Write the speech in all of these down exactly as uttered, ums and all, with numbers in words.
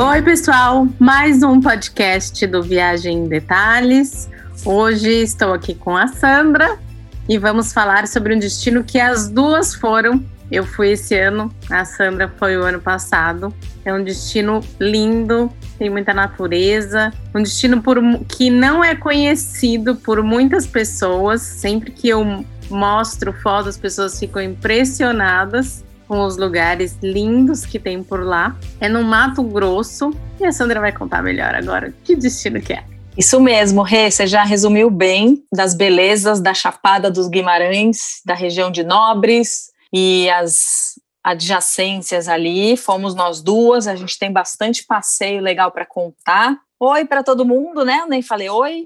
Oi, pessoal! Mais um podcast do Viagem em Detalhes. Hoje estou aqui com a Sandra e vamos falar sobre um destino que as duas foram. Eu fui esse ano, a Sandra foi o ano passado. É um destino lindo, tem muita natureza. Um destino por, que não é conhecido por muitas pessoas. Sempre que eu mostro fotos, as pessoas ficam impressionadas com os lugares lindos que tem por lá. É no Mato Grosso. E a Sandra vai contar melhor agora que destino que é. Isso mesmo, Rê, você já resumiu bem das belezas da Chapada dos Guimarães, da região de Nobres e as adjacências ali. Fomos nós duas, a gente tem bastante passeio legal para contar. Oi para todo mundo, né? Eu nem falei oi.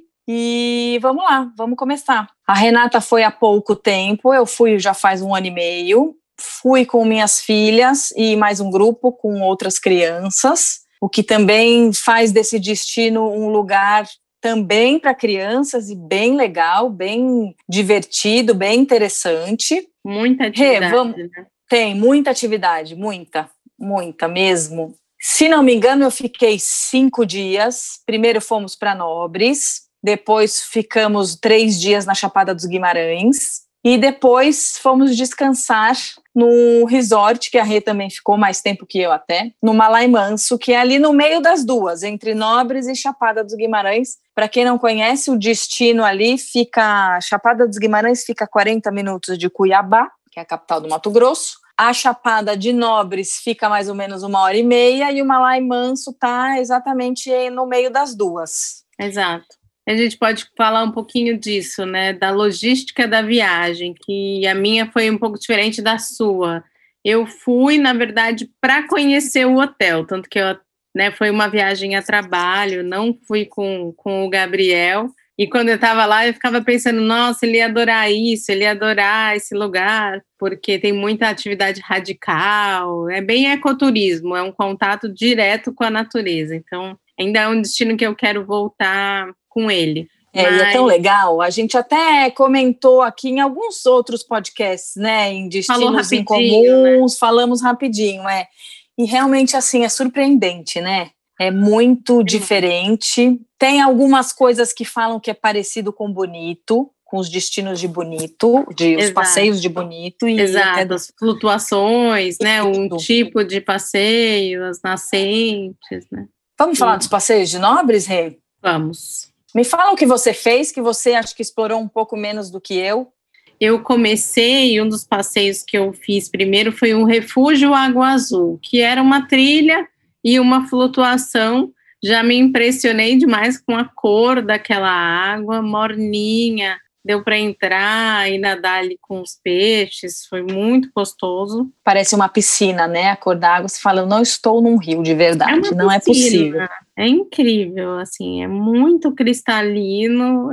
E vamos lá, vamos começar. A Renata foi há pouco tempo, eu fui já faz um ano e meio. Fui com minhas filhas e mais um grupo com outras crianças, o que também faz desse destino um lugar também para crianças e bem legal, bem divertido, bem interessante. Muita atividade, Rê, vamos... né? Tem muita atividade, muita, muita mesmo. Se não me engano, eu fiquei cinco dias. Primeiro fomos para Nobres, depois ficamos três dias na Chapada dos Guimarães. E depois fomos descansar no resort, que a Rê também ficou mais tempo que eu até, no Malai Manso, que é ali no meio das duas, entre Nobres e Chapada dos Guimarães. Para quem não conhece, o destino ali fica... Chapada dos Guimarães fica a quarenta minutos de Cuiabá, que é a capital do Mato Grosso. A Chapada de Nobres fica mais ou menos uma hora e meia e o Malai Manso está exatamente no meio das duas. Exato. A gente pode falar um pouquinho disso, né, da logística da viagem, que a minha foi um pouco diferente da sua. Eu fui, na verdade, para conhecer o hotel, tanto que eu, né, foi uma viagem a trabalho, não fui com, com o Gabriel. E quando eu estava lá, eu ficava pensando, nossa, ele ia adorar isso, ele ia adorar esse lugar, porque tem muita atividade radical, é bem ecoturismo, é um contato direto com a natureza. Então, ainda é um destino que eu quero voltar com ele. É, Mas... e é tão legal, a gente até comentou aqui em alguns outros podcasts, né, em destinos em comuns, né? Falamos rapidinho, é, e realmente assim, é surpreendente, né, é muito é diferente, muito. Tem algumas coisas que falam que é parecido com Bonito, com os destinos de Bonito, de, os passeios de Bonito. E Exato, até as flutuações, né, um tipo de passeio, as nascentes, né. Vamos falar dos passeios de Nobres, Rê? Vamos. Me fala o que você fez, que você acho que explorou um pouco menos do que eu. Eu comecei, um dos passeios que eu fiz primeiro foi um Refúgio Água Azul, que era uma trilha e uma flutuação. Já me impressionei demais com a cor daquela água, morninha. Deu para entrar e nadar ali com os peixes, foi muito gostoso. Parece uma piscina, né? A cor da água, você fala, eu não estou num rio de verdade, é não é possível. É incrível, assim, é muito cristalino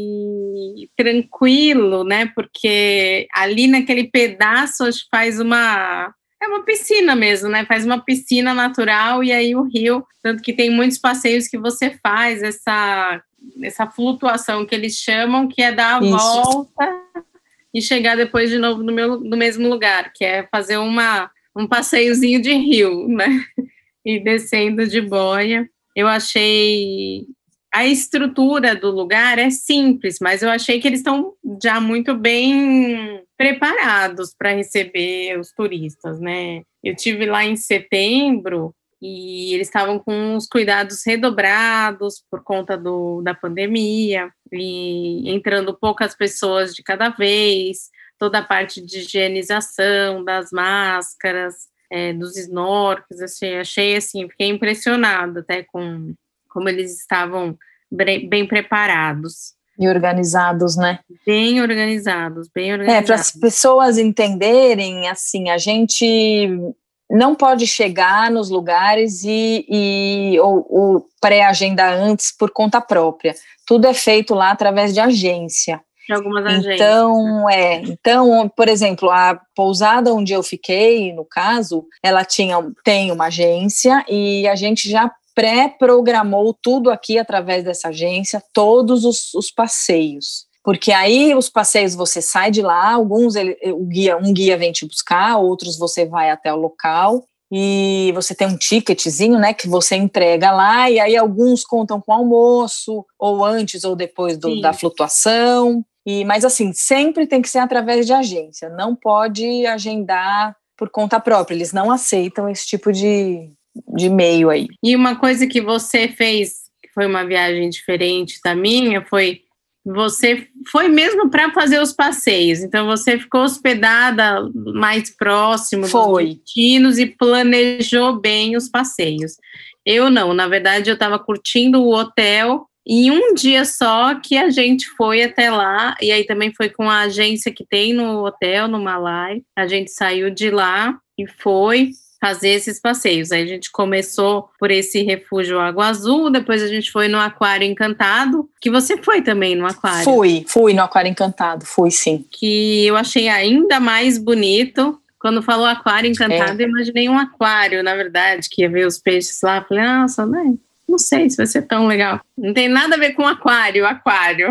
e tranquilo, né? Porque ali naquele pedaço acho que faz uma... É uma piscina mesmo, né? Faz uma piscina natural e aí o rio, tanto que tem muitos passeios que você faz essa... essa flutuação que eles chamam, que é dar a Isso. volta e chegar depois de novo no, meu, no mesmo lugar, que é fazer uma, um passeiozinho de rio, né? E descendo de boia. Eu achei... A estrutura do lugar é simples, mas eu achei que eles estão já muito bem preparados para receber os turistas, né? Eu tive lá em setembro... E eles estavam com os cuidados redobrados por conta do, da pandemia, e entrando poucas pessoas de cada vez, toda a parte de higienização das máscaras, é, dos snorkels, assim, achei assim, fiquei impressionada até com como eles estavam bem, bem preparados. E organizados, né? Bem organizados, bem organizados. É, para as pessoas entenderem, assim, a gente... não pode chegar nos lugares e, e ou, ou pré-agendar antes por conta própria. Tudo é feito lá através de agência. De algumas agências. Então, é, então, por exemplo, a pousada onde eu fiquei, no caso, ela tinha, tem uma agência e a gente já pré-programou tudo aqui através dessa agência, todos os, os passeios. Porque aí os passeios você sai de lá, alguns ele, o guia, um guia vem te buscar, outros você vai até o local e você tem um ticketzinho, né, que você entrega lá, e aí alguns contam com almoço, ou antes ou depois do, da flutuação, e, mas assim, sempre tem que ser através de agência, não pode agendar por conta própria, eles não aceitam esse tipo de, de meio aí. E uma coisa que você fez, que foi uma viagem diferente da minha, foi você foi mesmo para fazer os passeios, então você ficou hospedada mais próximo foi. dos destinos e planejou bem os passeios. Eu não, na verdade eu estava curtindo o hotel e um dia só que a gente foi até lá, e aí também foi com a agência que tem no hotel, no Malai, a gente saiu de lá e foi fazer esses passeios. Aí a gente começou por esse refúgio Água Azul, depois a gente foi no Aquário Encantado, que você foi também no aquário. Fui, fui no Aquário Encantado, fui sim. Que eu achei ainda mais bonito. Quando falou Aquário Encantado, é. eu imaginei um aquário, na verdade, que ia ver os peixes lá. Falei, nossa, né? Não sei se vai ser tão legal. Não tem nada a ver com aquário, aquário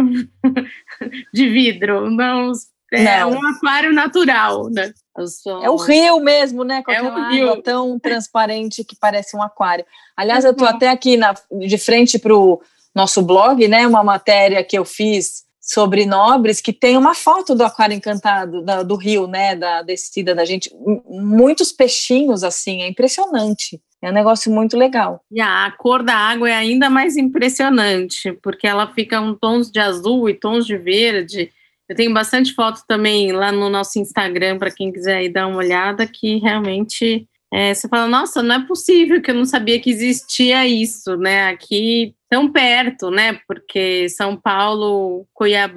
de vidro, não. É não. Um aquário natural, né? Sou... É o rio mesmo, né? Com é aquela água rio. Tão transparente que parece um aquário. Aliás, uhum. eu tô até aqui na, de frente para o nosso blog, né? Uma matéria que eu fiz sobre Nobres, que tem uma foto do Aquário Encantado, da, do rio, né? Da descida da gente. Muitos peixinhos, assim, é impressionante. É um negócio muito legal. E a cor da água é ainda mais impressionante, porque ela fica um tons de azul e tons de verde. Eu tenho bastante foto também lá no nosso Instagram, para quem quiser ir dar uma olhada, que realmente é, você fala, nossa, não é possível que eu não sabia que existia isso, né? Aqui tão perto, né? Porque São Paulo,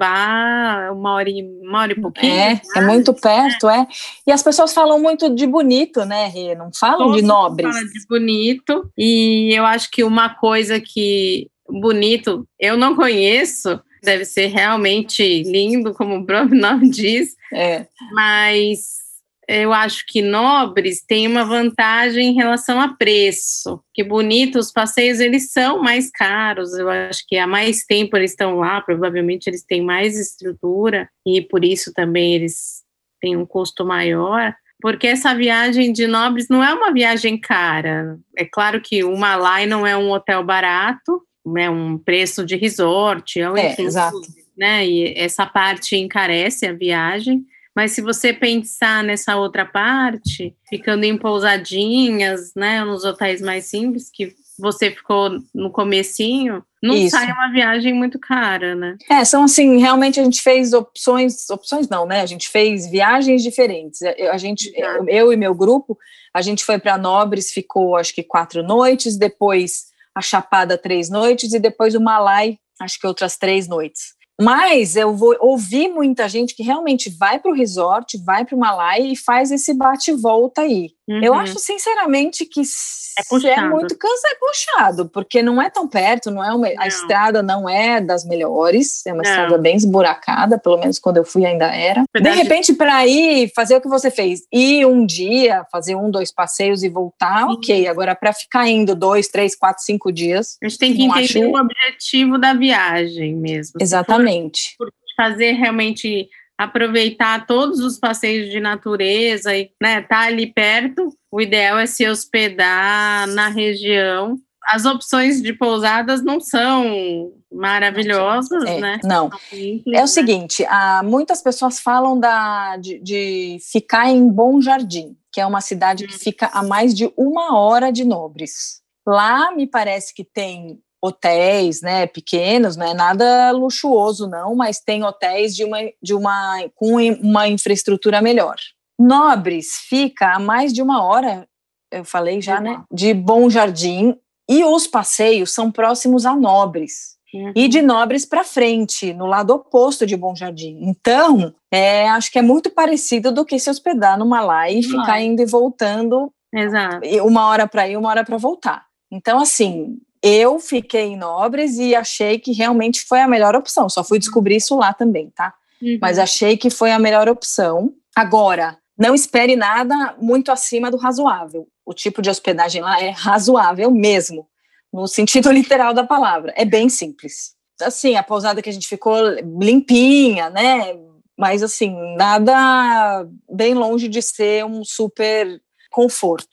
Cuiabá, uma hora e, uma hora e pouquinho. É, né? É muito perto, é. é. E as pessoas falam muito de bonito, né, Rê? Não falam Todo de Nobres. Fala de bonito. E eu acho que uma coisa que bonito eu não conheço, deve ser realmente lindo, como o próprio nome diz, é. Mas eu acho que Nobres tem uma vantagem em relação a preço, que bonito, os passeios eles são mais caros, eu acho que há mais tempo eles estão lá, provavelmente eles têm mais estrutura, e por isso também eles têm um custo maior, porque essa viagem de Nobres não é uma viagem cara, é claro que o Malai não é um hotel barato, é um preço de resort, é, um é exato. Né? E essa parte encarece a viagem, mas se você pensar nessa outra parte, ficando em pousadinhas, né, nos hotéis mais simples, que você ficou no comecinho, não Isso. sai uma viagem muito cara, né? É, são assim, realmente a gente fez opções, opções não, né, a gente fez viagens diferentes, a gente, eu, eu e meu grupo, a gente foi para Nobres, ficou acho que quatro noites, depois a Chapada três noites e depois o Malai, acho que outras três noites. Mas eu vou ouvir muita gente que realmente vai para o resort, vai para o Malai e faz esse bate-volta aí. Uhum. Eu acho, sinceramente, que é, é muito cansado, é puxado, porque não é tão perto, não é uma, não. A estrada não é das melhores, é uma não. estrada bem esburacada, pelo menos quando eu fui ainda era. Verdade. De repente, para ir fazer o que você fez, ir um dia, fazer um, dois passeios e voltar, Sim. ok. Agora, para ficar indo dois, três, quatro, cinco dias... A gente tem que entender acho... o objetivo da viagem mesmo. Exatamente. Por, por fazer realmente... aproveitar todos os passeios de natureza e, né, tá ali perto, o ideal é se hospedar na região. As opções de pousadas não são maravilhosas, é, né? Não, simples, é o né? seguinte, há, muitas pessoas falam da, de, de ficar em Bom Jardim, que é uma cidade hum. que fica a mais de uma hora de Nobres. Lá me parece que tem hotéis, né, pequenos, não é nada luxuoso não, mas tem hotéis de uma, de uma, com uma infraestrutura melhor. Nobres fica a mais de uma hora, eu falei já, uhum. né, de Bom Jardim, e os passeios são próximos a Nobres, uhum. e de Nobres para frente, no lado oposto de Bom Jardim. Então, é, acho que é muito parecido do que se hospedar no Malai e uhum. ficar indo e voltando, Exato. uma hora para ir, uma hora para voltar. Então, assim... Eu fiquei em Nobres e achei que realmente foi a melhor opção. Só fui descobrir isso lá também, tá? Uhum. Mas achei que foi a melhor opção. Agora, não espere nada muito acima do razoável. O tipo de hospedagem lá é razoável mesmo, no sentido literal da palavra. É bem simples. Assim, a pousada que a gente ficou limpinha, né? Mas, assim, nada bem longe de ser um super conforto.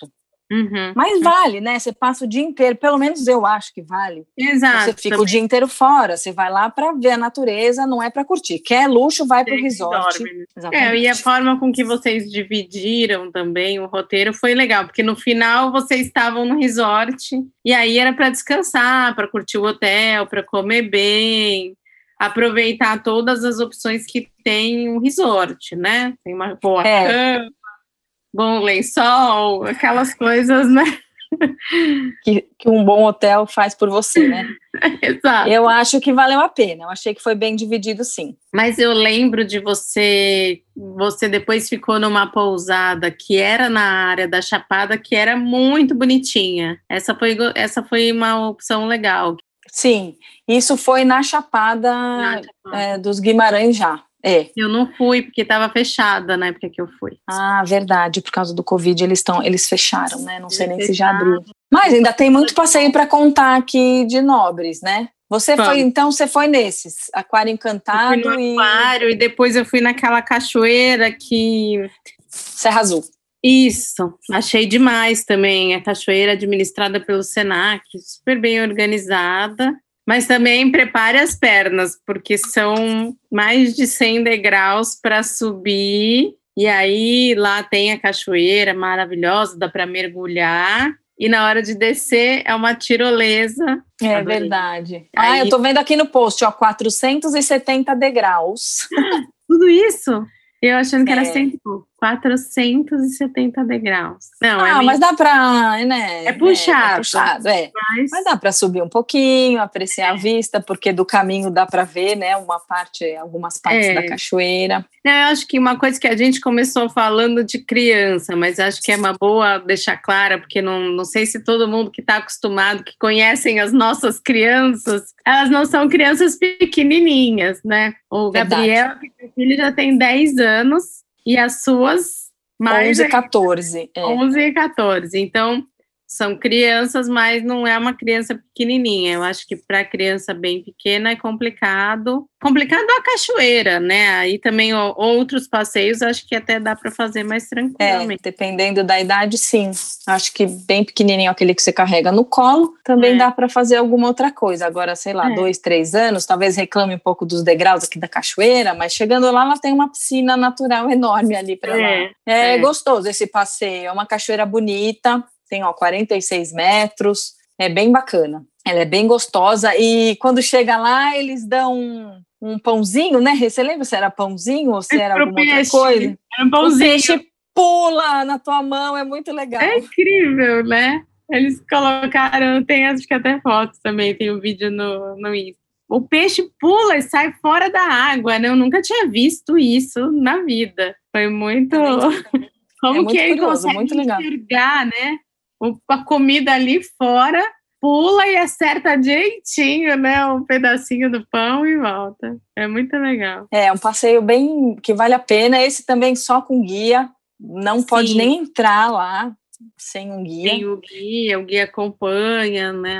Uhum. Mas vale, né? Você passa o dia inteiro, pelo menos eu acho que vale. Exato. Você fica também. o dia inteiro fora, você vai lá para ver a natureza, não é para curtir. Quer luxo, vai para o resort. É, e a forma com que vocês dividiram também o roteiro foi legal, porque no final vocês estavam no resort e aí era para descansar, para curtir o hotel, para comer bem, aproveitar todas as opções que tem um resort, né? Tem uma boa É. cama, bom lençol, aquelas coisas, né? Que, que um bom hotel faz por você, né? Exato. Eu acho que valeu a pena, eu achei que foi bem dividido, sim. Mas eu lembro de você, você depois ficou numa pousada que era na área da Chapada, que era muito bonitinha. Essa foi, essa foi uma opção legal. Sim, isso foi na Chapada, Na Chapada. É, dos Guimarães já. É. Eu não fui, porque estava fechada na época que eu fui. Ah, verdade, por causa do Covid eles, tão, eles fecharam, né? Não sei eles nem fecharam. se já abriu. Mas ainda tem muito passeio para contar aqui de Nobres, né? Você Vamos. foi, então, você foi nesses, Aquário Encantado eu fui no e... aquário, e depois eu fui naquela cachoeira que... Serra Azul. Isso, achei demais também, a cachoeira administrada pelo Senac, super bem organizada, mas também prepare as pernas, porque são mais de cem degraus para subir, e aí lá tem a cachoeira maravilhosa, dá para mergulhar, e na hora de descer é uma tirolesa. É Adorei. Verdade. Aí... Ah, eu tô vendo aqui no post, ó, quatrocentos e setenta degraus. Tudo isso? Eu achando que era É. cem e pouco. quatrocentos e setenta degraus. Não, ah, é mas dá pra, né? É puxado. É, é puxado, é. Mas... mas dá pra subir um pouquinho, apreciar a vista, porque do caminho dá pra ver, né? Uma parte, algumas partes É. da cachoeira. Não, eu acho que uma coisa que a gente começou falando de criança, mas acho que é uma boa deixar clara, porque não, não sei se todo mundo que está acostumado, que conhecem as nossas crianças, elas não são crianças pequenininhas, né? O Gabriel, meu filho, já tem dez anos, e as suas mais... onze, quatorze. É. onze e quatorze. Então, são crianças, mas não é uma criança pequenininha. Eu acho que para criança bem pequena é complicado. Complicado a cachoeira, né? Aí também ó, outros passeios, acho que até dá para fazer mais tranquilamente. É, dependendo da idade, sim. Acho que bem pequenininho, aquele que você carrega no colo, também é. dá para fazer alguma outra coisa. Agora, sei lá, é. dois, três anos, talvez reclame um pouco dos degraus aqui da cachoeira, mas chegando lá, ela tem uma piscina natural enorme ali para é. lá. É, é gostoso esse passeio, é uma cachoeira bonita. Tem, ó, quarenta e seis metros, é bem bacana. Ela é bem gostosa e quando chega lá, eles dão um, um pãozinho, né? Você lembra se era pãozinho ou se era alguma peixe. outra coisa? Era um pãozinho. O peixe pula na tua mão, é muito legal. É incrível, né? Eles colocaram, tem acho que até fotos também, tem um vídeo no, no Insta. O peixe pula e sai fora da água, né? Eu nunca tinha visto isso na vida. Foi muito... Como é muito que ele curioso, consegue muito legal. enxergar, né? A comida ali fora, pula e acerta direitinho, né? Um pedacinho do pão e volta. É muito legal. É um passeio bem que vale a pena. Esse também só com guia. Não Sim. pode nem entrar lá sem um guia. Tem o guia, o guia acompanha, né?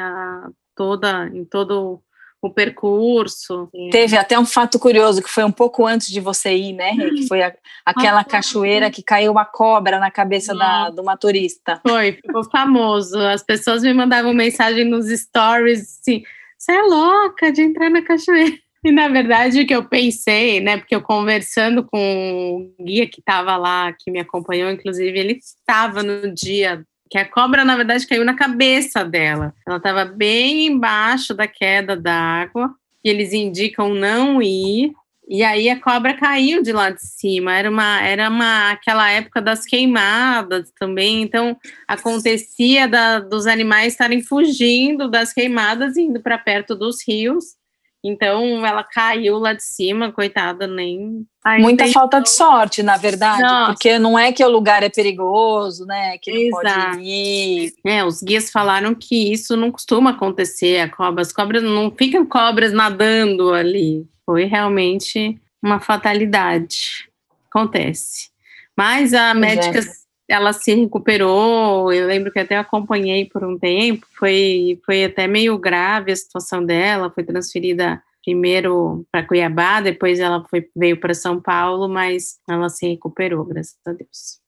Toda, em todo o percurso. Teve até um fato curioso, que foi um pouco antes de você ir, né, Rê? Que foi a, aquela ah, cachoeira que caiu uma cobra na cabeça da, do motorista. Foi, ficou famoso. As pessoas me mandavam mensagem nos stories, assim, você é louca de entrar na cachoeira. E, na verdade, o que eu pensei, né, porque eu conversando com o guia que estava lá, que me acompanhou, inclusive, ele estava no dia... que a cobra, na verdade, caiu na cabeça dela. Ela estava bem embaixo da queda da água, e eles indicam não ir, e aí a cobra caiu de lá de cima. Era, uma, era uma, aquela época das queimadas também, então acontecia da, dos animais estarem fugindo das queimadas e indo para perto dos rios. Então, ela caiu lá de cima, coitada, nem... Ai, Muita tem... falta de sorte, na verdade, Nossa. Porque não é que o lugar é perigoso, né, que não Exato. pode ir. É, os guias falaram que isso não costuma acontecer, a cobra, as cobras não ficam cobras nadando ali. Foi realmente uma fatalidade. Acontece. Mas a Pois médica... é. Ela se recuperou, eu lembro que até acompanhei por um tempo, foi, foi até meio grave a situação dela, foi transferida primeiro para Cuiabá, depois ela foi, veio para São Paulo, mas ela se recuperou, graças a Deus.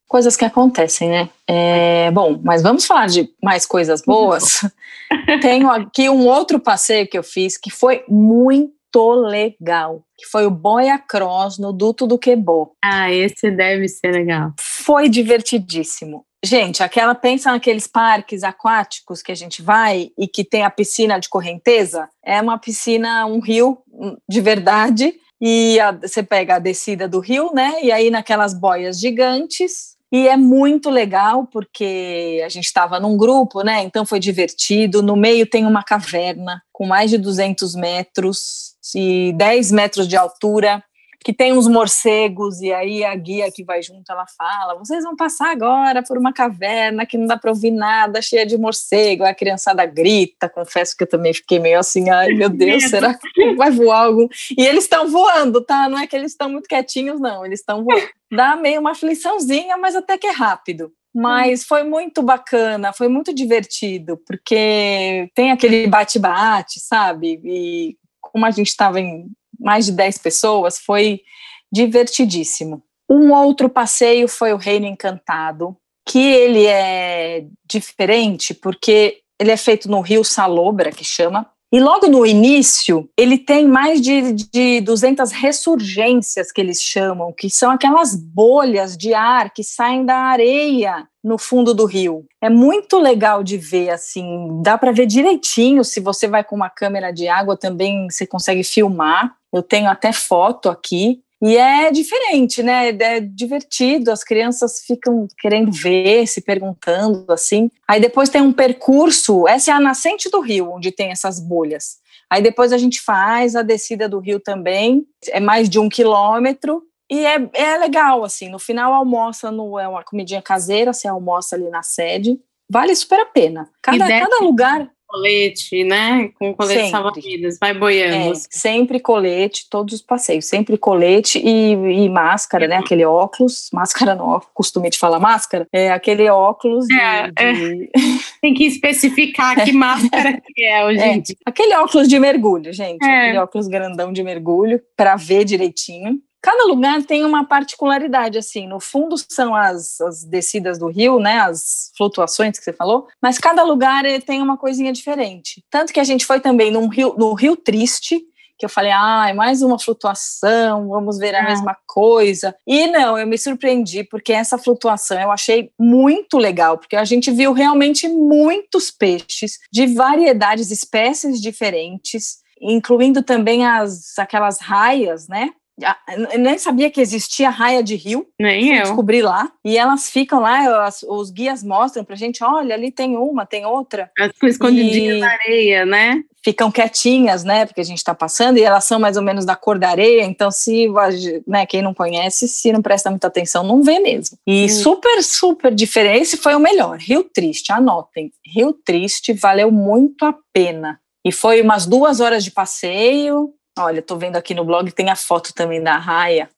Coisas que acontecem, né? É, bom, mas vamos falar de mais coisas boas. Tenho aqui um outro passeio que eu fiz que foi muito legal, que foi o Boia Cross no Duto do Quebrô. Ah, esse deve ser legal. Foi divertidíssimo. Gente, aquela, pensa naqueles parques aquáticos que a gente vai e que tem a piscina de correnteza. É uma piscina, um rio de verdade, e a, você pega a descida do rio, né? E aí naquelas boias gigantes. E é muito legal porque a gente estava num grupo, né? Então foi divertido. No meio tem uma caverna com mais de duzentos metros e dez metros de altura, que tem uns morcegos, e aí a guia que vai junto, ela fala, vocês vão passar agora por uma caverna que não dá para ouvir nada, cheia de morcego, a criançada grita, confesso que eu também fiquei meio assim, ai meu Deus, será que vai voar algum? E eles estão voando, tá? Não é que eles estão muito quietinhos, não, eles estão voando. Dá meio uma afliçãozinha, mas até que é rápido. Mas foi muito bacana, foi muito divertido, porque tem aquele bate-bate, sabe? E como a gente estava em mais de dez pessoas, foi divertidíssimo. Um outro passeio foi o Reino Encantado, que ele é diferente porque ele é feito no Rio Salobra, que chama, e logo no início ele tem mais de, de duzentas ressurgências, que eles chamam, que são aquelas bolhas de ar que saem da areia no fundo do rio. É muito legal de ver, assim, dá para ver direitinho. Se você vai com uma câmera de água também, você consegue filmar. Eu tenho até foto aqui. E é diferente, né? É divertido, as crianças ficam querendo ver, se perguntando, assim. Aí depois tem um percurso, essa é a nascente do rio, onde tem essas bolhas. Aí depois a gente faz a descida do rio também, é mais de um quilômetro. E é, é legal, assim, no final almoça, no, é uma comidinha caseira, você almoça ali na sede, vale super a pena. Cada, cada lugar... Colete, né? Com colete salva-vidas, vai boiando. É, sempre colete, todos os passeios, sempre colete e, e máscara, uhum. né? Aquele óculos, máscara não, costume de falar máscara, é aquele óculos é, de... de... É. Tem que especificar que máscara que é, gente. É, aquele óculos de mergulho, gente, é. aquele óculos grandão de mergulho, para ver direitinho. Cada lugar tem uma particularidade, assim, no fundo são as, as descidas do rio, né, as flutuações que você falou, mas cada lugar tem uma coisinha diferente. Tanto que a gente foi também num rio, no Rio Triste, que eu falei, ah, é mais uma flutuação, vamos ver a é. mesma coisa. E não, eu me surpreendi, porque essa flutuação eu achei muito legal, porque a gente viu realmente muitos peixes de variedades, espécies diferentes, incluindo também as, aquelas raias, né? Eu nem sabia que existia raia de rio. Nem eu. Descobri lá. E elas ficam lá, as, os guias mostram pra gente, olha, ali tem uma, tem outra. Elas ficam escondidinhas na areia, né? Ficam quietinhas, né? Porque a gente tá passando e elas são mais ou menos da cor da areia, então se, né, quem não conhece, se não presta muita atenção, não vê mesmo. E hum. super, super diferente. Esse foi o melhor. Rio Triste, anotem. Rio Triste valeu muito a pena. E foi umas duas horas de passeio. Olha, tô vendo aqui no blog, tem a foto também da raia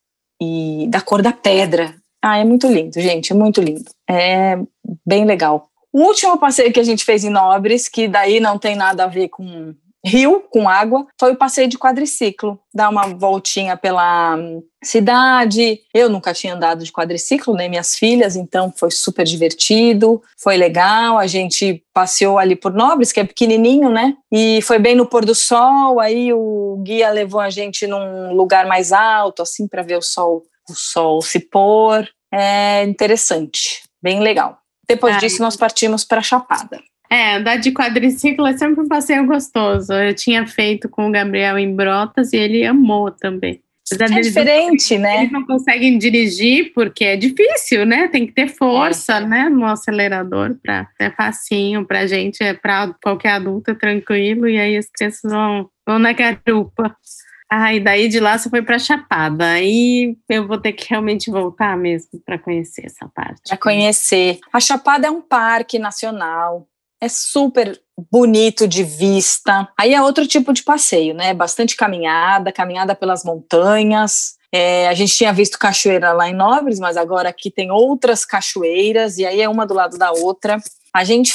e da cor da pedra. Ah, é muito lindo, gente, é muito lindo. É bem legal. O último passeio que a gente fez em Nobres, que daí não tem nada a ver com rio, com água, foi o passeio de quadriciclo. Dar uma voltinha pela cidade. Eu nunca tinha andado de quadriciclo, nem minhas filhas, então foi super divertido, foi legal. A gente passeou ali por Nobres, que é pequenininho, né? E foi bem no pôr do sol, aí o guia levou a gente num lugar mais alto, assim, para ver o sol, o sol se pôr. É interessante, bem legal. Depois Ai. disso, nós partimos para Chapada. É, andar de quadriciclo é sempre um passeio gostoso. Eu tinha feito com o Gabriel em Brotas e ele amou também. É diferente, não, né? Eles não conseguem dirigir porque é difícil, né? Tem que ter força, é. né? No acelerador, para é facinho pra gente, é para qualquer adulto, é tranquilo. E aí as crianças vão, vão na garupa. Ah, e daí de lá você foi para Chapada. Aí eu vou ter que realmente voltar mesmo para conhecer essa parte. Para conhecer. A Chapada é um parque nacional. É super bonito de vista. Aí é outro tipo de passeio, né? Bastante caminhada, caminhada pelas montanhas. É, a gente tinha visto cachoeira lá em Nobres, mas agora aqui tem outras cachoeiras, e aí é uma do lado da outra. A gente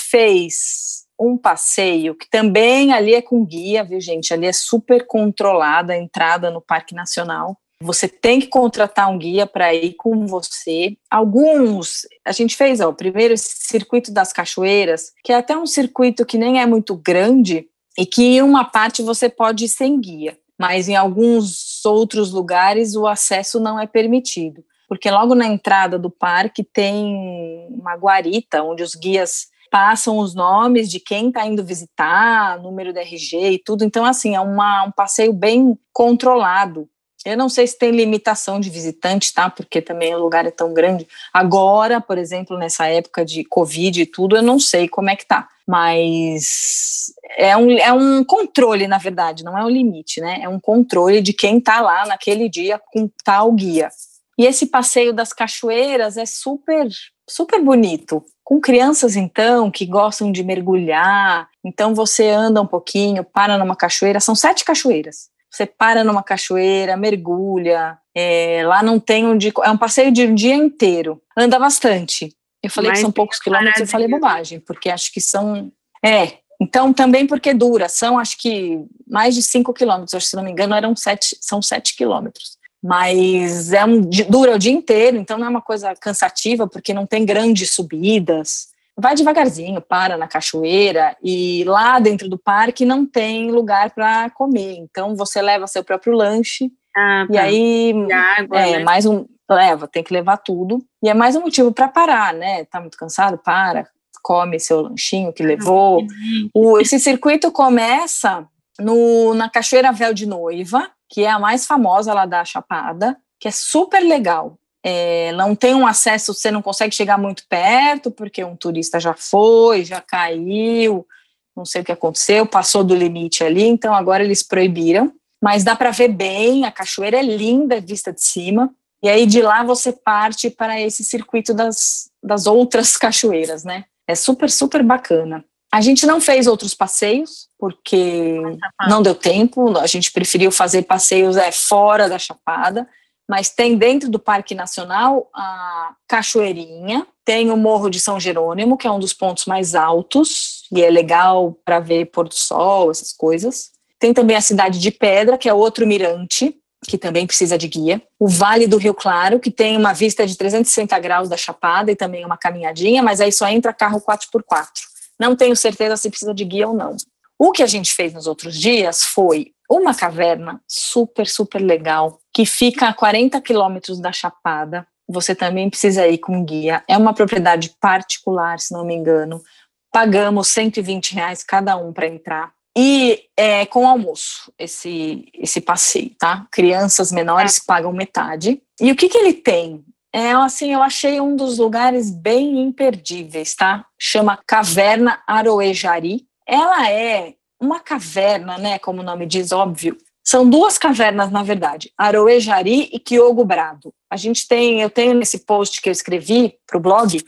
fez um passeio que também ali é com guia, viu, gente? Ali é super controlada a entrada no Parque Nacional. Você tem que contratar um guia para ir com você. Alguns, a gente fez, ó, o primeiro circuito das cachoeiras, que é até um circuito que nem é muito grande e que uma parte você pode ir sem guia, mas em alguns outros lugares o acesso não é permitido, porque logo na entrada do parque tem uma guarita, onde os guias passam os nomes de quem está indo visitar, número do R G e tudo, então assim, é uma, um passeio bem controlado. Eu não sei se tem limitação de visitante, tá? Porque também o lugar é tão grande. Agora, por exemplo, nessa época de Covid e tudo, eu não sei como é que tá. Mas é um, é um controle, na verdade, não é um limite, né? É um controle de quem tá lá naquele dia com tal guia. E esse passeio das cachoeiras é super, super bonito. Com crianças, então, que gostam de mergulhar. Então, você anda um pouquinho, para numa cachoeira. São sete cachoeiras. Você para numa cachoeira, mergulha, é, lá não tem onde... É um passeio de um dia inteiro, anda bastante. Eu falei Mas que são poucos quilômetros, eu falei bobagem, porque acho que são... É, então também porque dura, são acho que mais de cinco quilômetros, acho que se não me engano eram sete, são sete quilômetros. Mas é um, dura o dia inteiro, então não é uma coisa cansativa, porque não tem grandes subidas. Vai devagarzinho, para na cachoeira, e lá dentro do parque não tem lugar para comer, então você leva seu próprio lanche, ah, e tá. aí e água, é né? mais um leva, tem que levar tudo, e é mais um motivo para parar, né? Tá muito cansado, para, come seu lanchinho que levou. O, esse circuito começa no, na Cachoeira Véu de Noiva, que é a mais famosa lá da Chapada, que é super legal. É, não tem um acesso, você não consegue chegar muito perto, porque um turista já foi, já caiu, não sei o que aconteceu, passou do limite ali, então agora eles proibiram, mas dá para ver bem, a cachoeira é linda, vista de cima, e aí de lá você parte para esse circuito das, das outras cachoeiras, né? É super, super bacana. A gente não fez outros passeios, porque não deu tempo, a gente preferiu fazer passeios é, fora da Chapada, mas tem dentro do Parque Nacional a Cachoeirinha, tem o Morro de São Jerônimo, que é um dos pontos mais altos, e é legal para ver pôr do sol, essas coisas. Tem também a Cidade de Pedra, que é outro mirante, que também precisa de guia. O Vale do Rio Claro, que tem uma vista de trezentos e sessenta graus da Chapada e também uma caminhadinha, mas aí só entra carro quatro por quatro. Não tenho certeza se precisa de guia ou não. O que a gente fez nos outros dias foi uma caverna super, super legal, que fica a quarenta quilômetros da Chapada. Você também precisa ir com guia. É uma propriedade particular, se não me engano. Pagamos cento e vinte reais cada um para entrar. E é com almoço, esse, esse passeio, tá? Crianças menores pagam metade. E o que que ele tem? É, assim, eu achei um dos lugares bem imperdíveis, tá? Chama Caverna Aroejari. Ela é uma caverna, né, como o nome diz, óbvio. São duas cavernas, na verdade, Aroejari e Quiogo Brado. A gente tem, eu tenho nesse post que eu escrevi para o blog,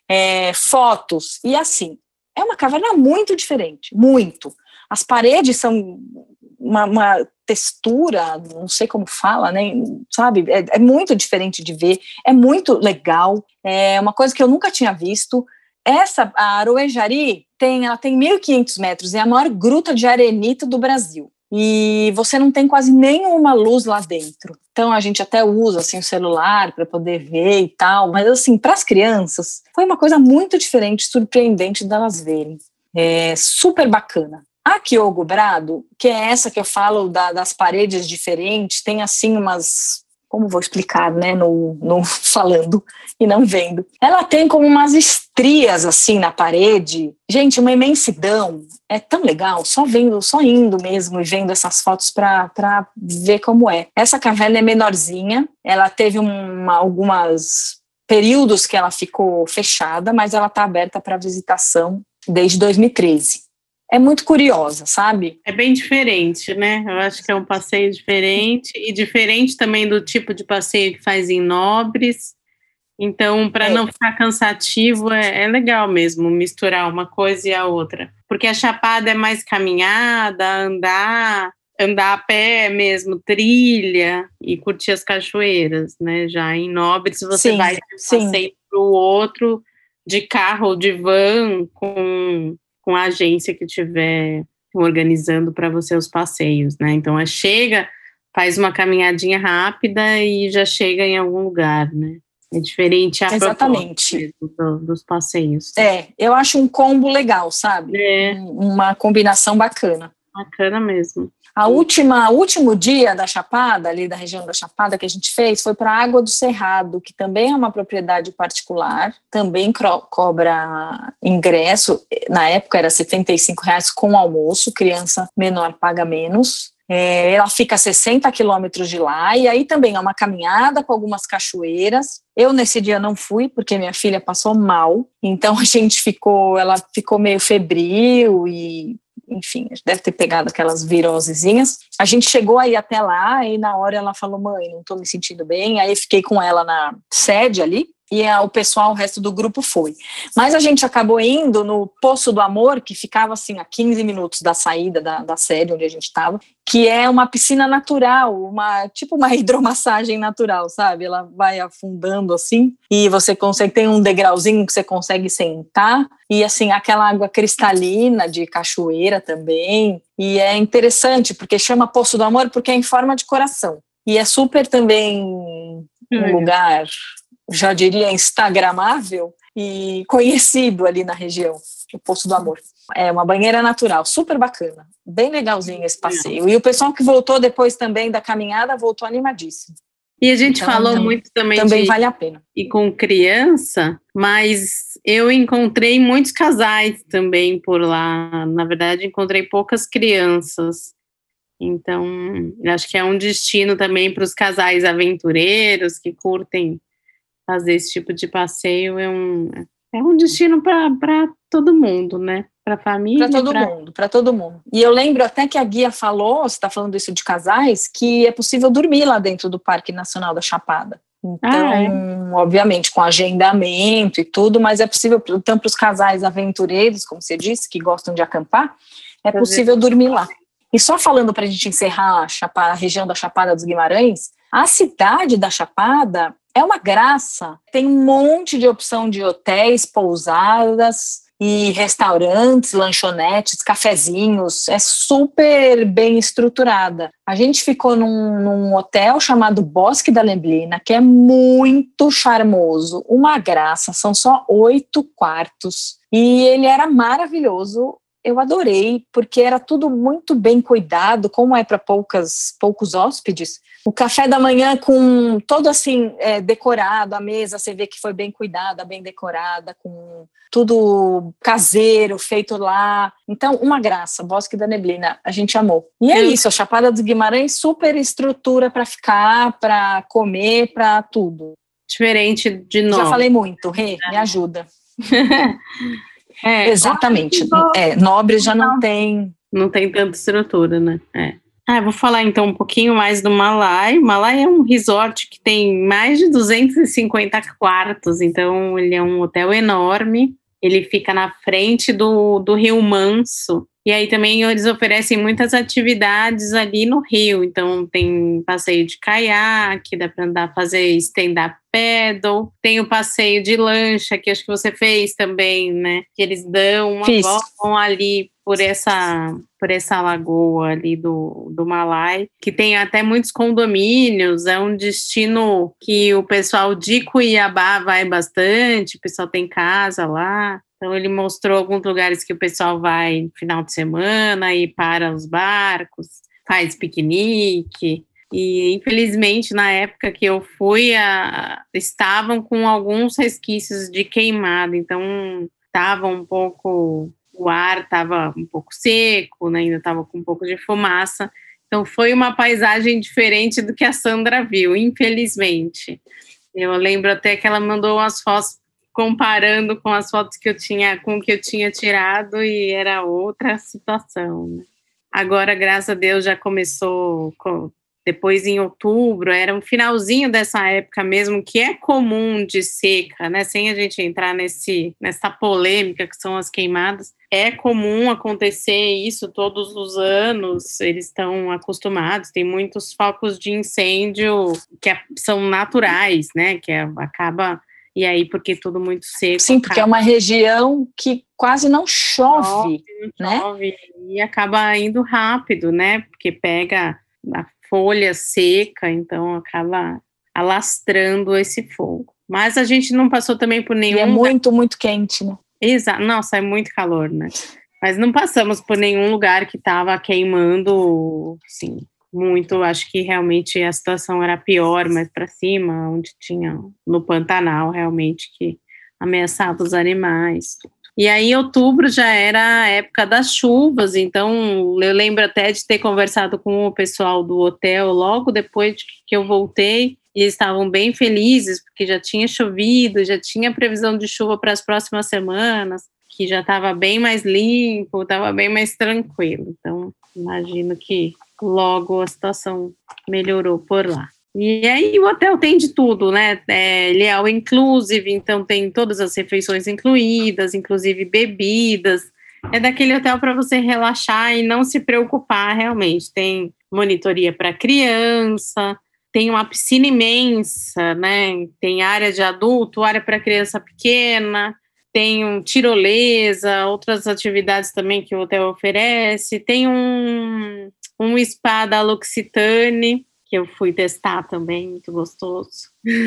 é, fotos, e assim, é uma caverna muito diferente, muito. As paredes são uma, uma textura, não sei como fala, né, sabe, é, é muito diferente de ver, é muito legal, é uma coisa que eu nunca tinha visto. Essa, a Aroejari, tem, ela tem mil e quinhentos metros, é a maior gruta de arenito do Brasil. E você não tem quase nenhuma luz lá dentro. Então a gente até usa assim, o celular para poder ver e tal, mas assim, para as crianças, foi uma coisa muito diferente, surpreendente delas verem. É super bacana. A Quiogo Brado, que é essa que eu falo da, das paredes diferentes, tem assim umas... Como vou explicar, né, no, no falando e não vendo. Ela tem como umas estrias, assim, na parede. Gente, uma imensidão. É tão legal, só vendo, só indo mesmo e vendo essas fotos para ver como é. Essa caverna é menorzinha, ela teve uma, algumas períodos que ela ficou fechada, mas ela está aberta para visitação desde dois mil e treze. É muito curiosa, sabe? É bem diferente, né? Eu acho que é um passeio diferente e diferente também do tipo de passeio que faz em Nobres. Então, para é. não ficar cansativo, é, é legal mesmo misturar uma coisa e a outra. Porque a Chapada é mais caminhada, andar, andar a pé mesmo, trilha e curtir as cachoeiras, né? Já em Nobres você sim, vai de um passeio para o outro de carro ou de van com... com a agência que estiver organizando para você os passeios, né? Então, é, chega faz uma caminhadinha rápida e já chega em algum lugar, né? É diferente a Exatamente. Do, dos passeios. É, eu acho um combo legal, sabe? É. Uma combinação bacana. Bacana mesmo. A última, o último dia da Chapada, ali da região da Chapada que a gente fez, foi para a Água do Cerrado, que também é uma propriedade particular, também cro- cobra ingresso, na época era setenta e cinco reais com almoço, criança menor paga menos. É, ela fica a sessenta quilômetros de lá, e aí também é uma caminhada com algumas cachoeiras. Eu nesse dia não fui, porque minha filha passou mal, então a gente ficou, ela ficou meio febril e, enfim, deve ter pegado aquelas virosezinhas. A gente chegou aí até lá, e na hora ela falou, mãe, não tô me sentindo bem, aí fiquei com ela na sede ali, e a, o pessoal, o resto do grupo foi. Mas a gente acabou indo no Poço do Amor, que ficava assim a quinze minutos da saída da, da sede onde a gente estava, que é uma piscina natural, uma, tipo uma hidromassagem natural, sabe? Ela vai afundando assim, e você consegue, tem um degrauzinho que você consegue sentar, e assim, aquela água cristalina de cachoeira também, e é interessante, porque chama Poço do Amor porque é em forma de coração, e é super também um hum. lugar, já diria, instagramável e conhecido ali na região, o Poço do Amor. É uma banheira natural, super bacana, bem legalzinho esse passeio. E o pessoal que voltou depois também da caminhada voltou animadíssimo. E a gente então, falou também, muito também também de vale a pena. E com criança, mas eu encontrei muitos casais também por lá. Na verdade, encontrei poucas crianças. Então, acho que é um destino também para os casais aventureiros que curtem fazer esse tipo de passeio. É um, é um destino para todo mundo, né? Para a família. Para todo pra... mundo, para todo mundo. E eu lembro até que a guia falou, você está falando isso de casais, que é possível dormir lá dentro do Parque Nacional da Chapada. Então, ah, é? obviamente, com agendamento e tudo, mas é possível, tanto para os casais aventureiros, como você disse, que gostam de acampar, é possível dormir lá. E só falando para a gente encerrar a, Chapada, a região da Chapada dos Guimarães, a cidade da Chapada é uma graça. Tem um monte de opção de hotéis, pousadas e restaurantes, lanchonetes, cafezinhos. É super bem estruturada. A gente ficou num, num hotel chamado Bosque da Neblina, que é muito charmoso, uma graça. São só oito quartos e ele era maravilhoso. Eu adorei, porque era tudo muito bem cuidado, como é para poucas poucos hóspedes. O café da manhã com todo assim é, decorado, a mesa você vê que foi bem cuidada, bem decorada, com tudo caseiro, feito lá. Então, uma graça, Bosque da Neblina, a gente amou. E é isso, a Chapada dos Guimarães, super estrutura para ficar, para comer, para tudo. Diferente de nós. Já falei muito, Rê, me ajuda. É, exatamente, é, Nobres já não, não tem... Não tem tanta estrutura, né? É. Ah, eu vou falar então um pouquinho mais do Malai. O Malai é um resort que tem mais de duzentos e cinquenta quartos, então ele é um hotel enorme. Ele fica na frente do, do Rio Manso. E aí também eles oferecem muitas atividades ali no rio. Então tem passeio de caiaque, dá para andar, fazer stand-up paddle. Tem o passeio de lancha, que acho que você fez também, né? Que eles dão uma Fiz. volta ali por essa, por essa lagoa ali do, do Malai, que tem até muitos condomínios. É um destino que o pessoal de Cuiabá vai bastante, o pessoal tem casa lá. Então, ele mostrou alguns lugares que o pessoal vai no final de semana e para os barcos, faz piquenique. E, infelizmente, na época que eu fui, a, estavam com alguns resquícios de queimado. Então, estava um pouco... O ar estava um pouco seco, né, ainda estava com um pouco de fumaça. Então, foi uma paisagem diferente do que a Sandra viu, infelizmente. Eu lembro até que ela mandou umas fotos comparando com as fotos que eu tinha, com o que eu tinha tirado, e era outra situação, né? Agora, graças a Deus, já começou, depois em outubro, era um finalzinho dessa época mesmo, que é comum de seca, né? Sem a gente entrar nesse, nessa polêmica que são as queimadas, é comum acontecer isso todos os anos, eles estão acostumados, tem muitos focos de incêndio que é, são naturais, né? Que é, acaba... E aí, porque tudo muito seco. Sim, porque acaba... é uma região que quase não chove, chove, não né? Chove, e acaba indo rápido, né? Porque pega a folha seca, então acaba alastrando esse fogo. Mas a gente não passou também por nenhum... E é muito, lugar... muito quente, né? Exato, nossa, é muito calor, né? Mas não passamos por nenhum lugar que estava queimando, assim, muito. Acho que realmente a situação era pior mais para cima, onde tinha no Pantanal, realmente, que ameaçava os animais. E aí, outubro já era a época das chuvas, então eu lembro até de ter conversado com o pessoal do hotel logo depois de que eu voltei, e eles estavam bem felizes, porque já tinha chovido, já tinha previsão de chuva para as próximas semanas, que já estava bem mais limpo, estava bem mais tranquilo. Então, imagino que logo a situação melhorou por lá. E aí o hotel tem de tudo, né? É, ele é all inclusive, então tem todas as refeições incluídas, inclusive bebidas. É daquele hotel para você relaxar e não se preocupar realmente. Tem monitoria para criança, tem uma piscina imensa, né? Tem área de adulto, área para criança pequena, tem um tirolesa, outras atividades também que o hotel oferece. Tem um, um spa da L'Occitane, que eu fui testar também, muito gostoso.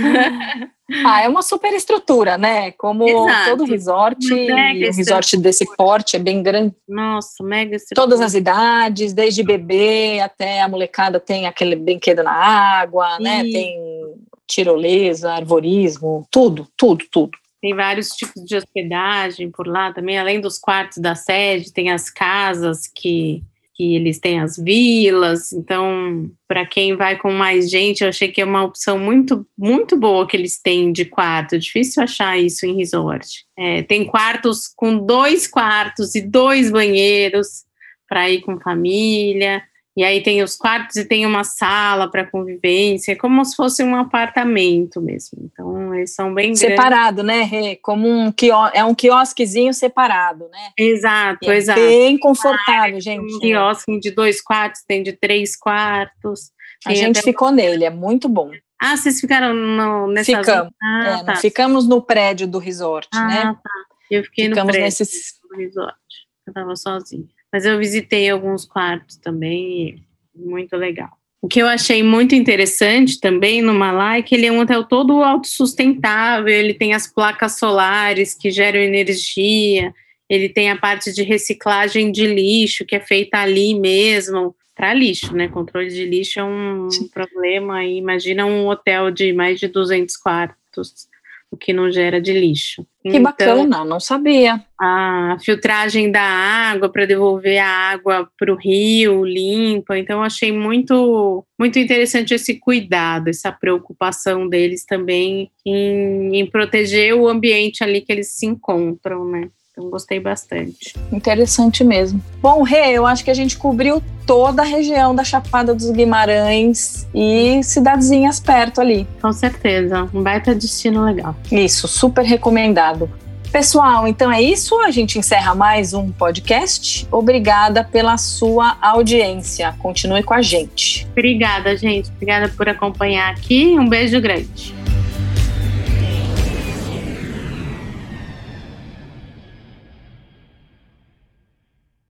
Ah, é uma super estrutura, né? Como Exato. Todo resort, e um resort desse porte é bem grande. Nossa, mega estrutura. Todas as idades, desde bebê até a molecada tem aquele brinquedo na água, e... né? Tem tirolesa, arvorismo, tudo, tudo, tudo. Tem vários tipos de hospedagem por lá também, além dos quartos da sede, tem as casas que... que eles têm as vilas, então, para quem vai com mais gente, eu achei que é uma opção muito, muito boa que eles têm de quarto, é difícil achar isso em resort. É, tem quartos com dois quartos e dois banheiros para ir com família, e aí tem os quartos e tem uma sala para convivência, é como se fosse um apartamento mesmo, então eles são bem separado, grandes. Né, Rê? Como um quiosque, é um quiosquezinho separado, né? Exato, é exato. Bem confortável, gente. Um quiosque de dois quartos, tem de três quartos. A gente ficou um... nele, é muito bom. Ah, vocês ficaram no, nessa... Ficamos, ah, é, tá. ficamos no prédio do resort, ah, né? Tá. Eu fiquei ficamos no prédio nesses... do resort, eu estava sozinha. Mas eu visitei alguns quartos também, muito legal. O que eu achei muito interessante também no Malá é que ele é um hotel todo autossustentável, ele tem as placas solares que geram energia, ele tem a parte de reciclagem de lixo, que é feita ali mesmo, para lixo, né? Controle de lixo é um Sim. problema aí. Imagina um hotel de mais de duzentos quartos, o que não gera de lixo. Que então, bacana, não sabia. A filtragem da água para devolver a água para o rio limpa, então eu achei muito, muito interessante esse cuidado, essa preocupação deles também em, em proteger o ambiente ali que eles se encontram, né? Então gostei bastante. Interessante mesmo. Bom, Rê, eu acho que a gente cobriu toda a região da Chapada dos Guimarães e cidadezinhas perto ali. Com certeza, um baita destino legal. Isso, super recomendado. Pessoal, então é isso, a gente encerra mais um podcast. Obrigada pela sua audiência, continue com a gente. Obrigada, gente, obrigada por acompanhar aqui, um beijo grande.